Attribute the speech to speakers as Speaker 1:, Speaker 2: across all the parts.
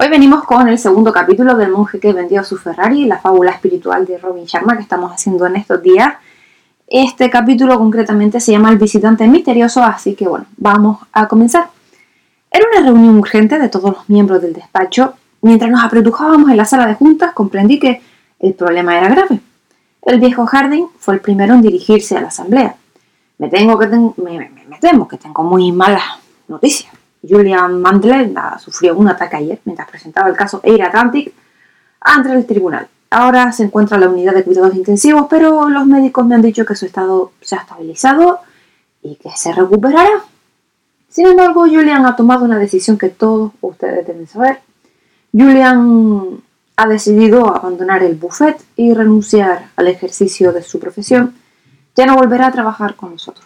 Speaker 1: Hoy venimos con el segundo capítulo del monje que vendió su Ferrari, la fábula espiritual de Robin Sharma que estamos haciendo en estos días. Este capítulo concretamente se llama El visitante misterioso, así que bueno, vamos a comenzar. Era una reunión urgente de todos los miembros del despacho. Mientras nos apretujábamos en la sala de juntas, comprendí que el problema era grave. El viejo Harding fue el primero en dirigirse a la asamblea. Me temo que tengo muy malas noticias. Julian Mandler sufrió un ataque ayer mientras presentaba el caso Air Atlantic ante el tribunal. Ahora se encuentra en la unidad de cuidados intensivos, pero los médicos me han dicho que su estado se ha estabilizado y que se recuperará. Sin embargo, Julian ha tomado una decisión que todos ustedes deben saber. Julian ha decidido abandonar el buffet y renunciar al ejercicio de su profesión. Ya no volverá a trabajar con nosotros.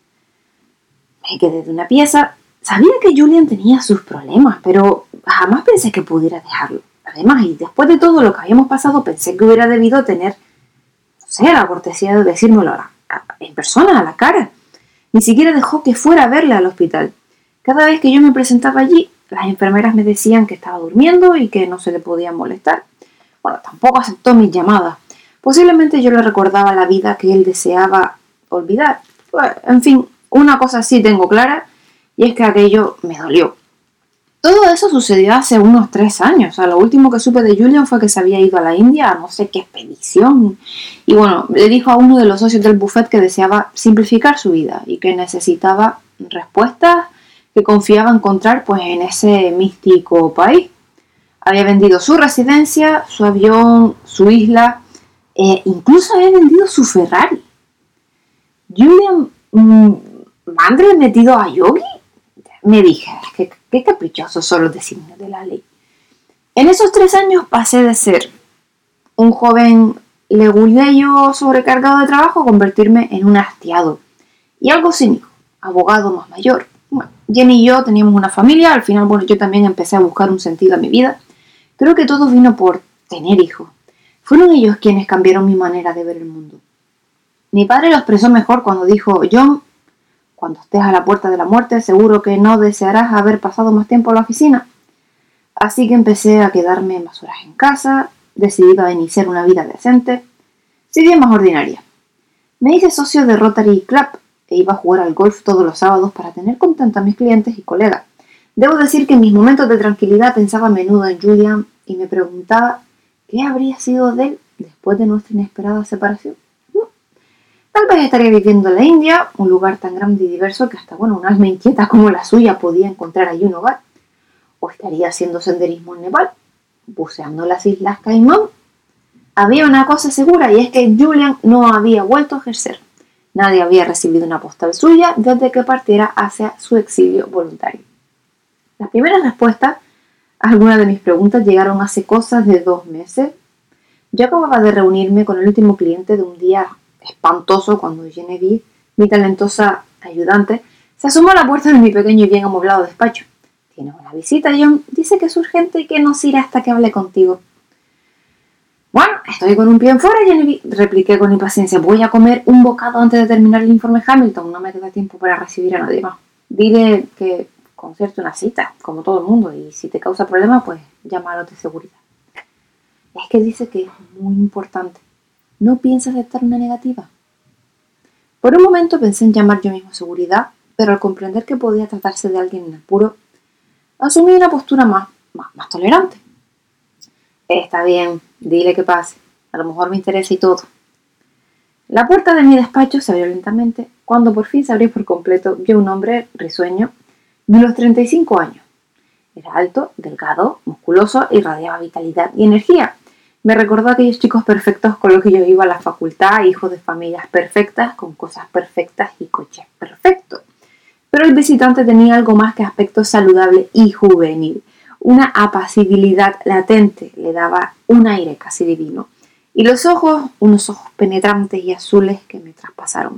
Speaker 1: Me quedé de una pieza. Sabía que Julian tenía sus problemas, pero jamás pensé que pudiera dejarlo. Además, y después de todo lo que habíamos pasado, pensé que hubiera debido tener, no sé, la cortesía de decírmelo en persona, a la cara. Ni siquiera dejó que fuera a verle al hospital. Cada vez que yo me presentaba allí, las enfermeras me decían que estaba durmiendo y que no se le podía molestar. Bueno, tampoco aceptó mis llamadas. Posiblemente yo le recordaba la vida que él deseaba olvidar. Pues, en fin, una cosa sí tengo clara, y es que aquello me dolió. Todo eso sucedió hace unos 3 años. O sea, lo último que supe de Julian fue que se había ido a la India a no sé qué expedición. Y bueno, le dijo a uno de los socios del buffet que deseaba simplificar su vida y que necesitaba respuestas que confiaba encontrar pues en ese místico país. Había vendido su residencia, su avión, su isla, incluso había vendido su Ferrari. Julian Mandler metido a Yogi. Me dije, qué caprichosos son los designios de la ley. En esos 3 años pasé de ser un joven leguleyo sobrecargado de trabajo a convertirme en un hastiado y algo cínico, abogado más mayor. Bueno, Jenny y yo teníamos una familia, al final yo también empecé a buscar un sentido a mi vida. Creo que todo vino por tener hijos. Fueron ellos quienes cambiaron mi manera de ver el mundo. Mi padre lo expresó mejor cuando dijo, John, cuando estés a la puerta de la muerte, seguro que no desearás haber pasado más tiempo en la oficina. Así que empecé a quedarme más horas en casa, decidí a iniciar una vida decente, si bien más ordinaria. Me hice socio de Rotary Club e iba a jugar al golf todos los sábados para tener contento a mis clientes y colegas. Debo decir que en mis momentos de tranquilidad pensaba a menudo en Julian y me preguntaba qué habría sido de él después de nuestra inesperada separación. Tal vez estaría viviendo en la India, un lugar tan grande y diverso que hasta un alma inquieta como la suya podía encontrar allí un hogar. O estaría haciendo senderismo en Nepal, buceando en las Islas Caimán. Había una cosa segura y es que Julian no había vuelto a ejercer. Nadie había recibido una postal suya desde que partiera hacia su exilio voluntario. Las primeras respuestas a algunas de mis preguntas llegaron hace cosas de 2 meses. Yo acababa de reunirme con el último cliente de un día espantoso cuando Genevieve, mi talentosa ayudante, se asomó a la puerta de mi pequeño y bien amoblado despacho. ¿Tienes una visita, John? Dice que es urgente y que no se irá hasta que hable contigo. Bueno, estoy con un pie en fuera, Genevieve, repliqué con impaciencia. Voy a comer un bocado antes de terminar el informe Hamilton. No me queda tiempo para recibir a nadie más. Dile que concierto una cita, como todo el mundo, y si te causa problema, pues llámalo de seguridad. Es que dice que es muy importante. ¿No piensas aceptar una negativa? Por un momento pensé en llamar yo mismo seguridad, pero al comprender que podía tratarse de alguien en apuro, asumí una postura más tolerante. Está bien, dile que pase. A lo mejor me interesa y todo. La puerta de mi despacho se abrió lentamente. Cuando por fin se abrió por completo, vi a un hombre risueño de unos 35 años. Era alto, delgado, musculoso y radiaba vitalidad y energía. Me recordó a aquellos chicos perfectos con los que yo iba a la facultad, hijos de familias perfectas, con cosas perfectas y coches perfectos. Pero el visitante tenía algo más que aspecto saludable y juvenil. Una apacibilidad latente le daba un aire casi divino. Y los ojos, unos ojos penetrantes y azules que me traspasaron.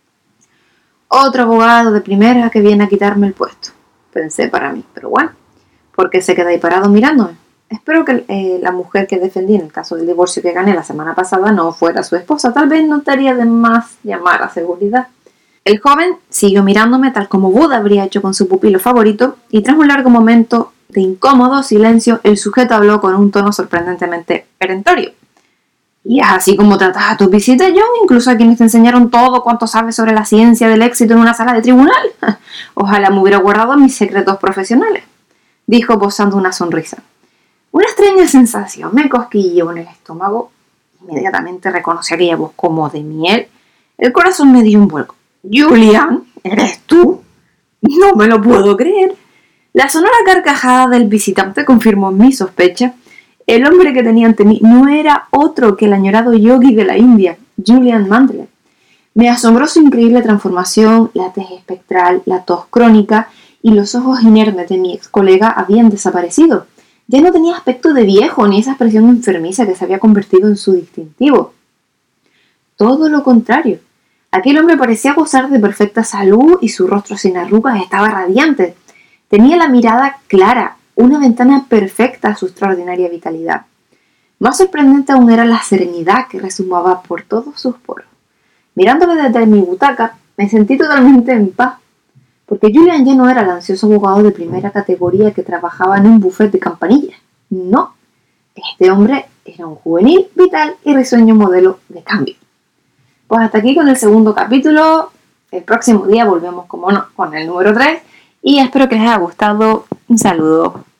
Speaker 1: Otro abogado de primera que viene a quitarme el puesto, pensé para mí. Pero bueno, ¿por qué se queda ahí parado mirándome? Espero que la mujer que defendí en el caso del divorcio que gané la semana pasada no fuera su esposa. Tal vez no estaría de más llamar a seguridad. El joven siguió mirándome tal como Buda habría hecho con su pupilo favorito y tras un largo momento de incómodo silencio, el sujeto habló con un tono sorprendentemente perentorio. Y es así como tratas a tus visitas, John, incluso a quienes te enseñaron todo cuanto sabes sobre la ciencia del éxito en una sala de tribunal. Ojalá me hubiera guardado mis secretos profesionales, dijo posando una sonrisa. Una extraña sensación me cosquilleó en el estómago. Inmediatamente reconocí aquella voz como de miel. El corazón me dio un vuelco. Julian, ¿eres tú? No me lo puedo creer. La sonora carcajada del visitante confirmó mi sospecha. El hombre que tenía ante mí no era otro que el añorado yogi de la India, Julian Mandler. Me asombró su increíble transformación, la tez espectral, la tos crónica y los ojos inermes de mi ex colega habían desaparecido. Ya no tenía aspecto de viejo ni esa expresión enfermiza que se había convertido en su distintivo. Todo lo contrario. Aquel hombre parecía gozar de perfecta salud y su rostro sin arrugas estaba radiante. Tenía la mirada clara, una ventana perfecta a su extraordinaria vitalidad. Más sorprendente aún era la serenidad que resumaba por todos sus poros. Mirándole desde mi butaca, me sentí totalmente en paz, porque Julian ya no era el ansioso abogado de primera categoría que trabajaba en un buffet de campanillas. No, este hombre era un juvenil, vital y risueño modelo de cambio. Pues hasta aquí con el segundo capítulo. El próximo día volvemos, como no, con el número 3 y espero que les haya gustado. Un saludo.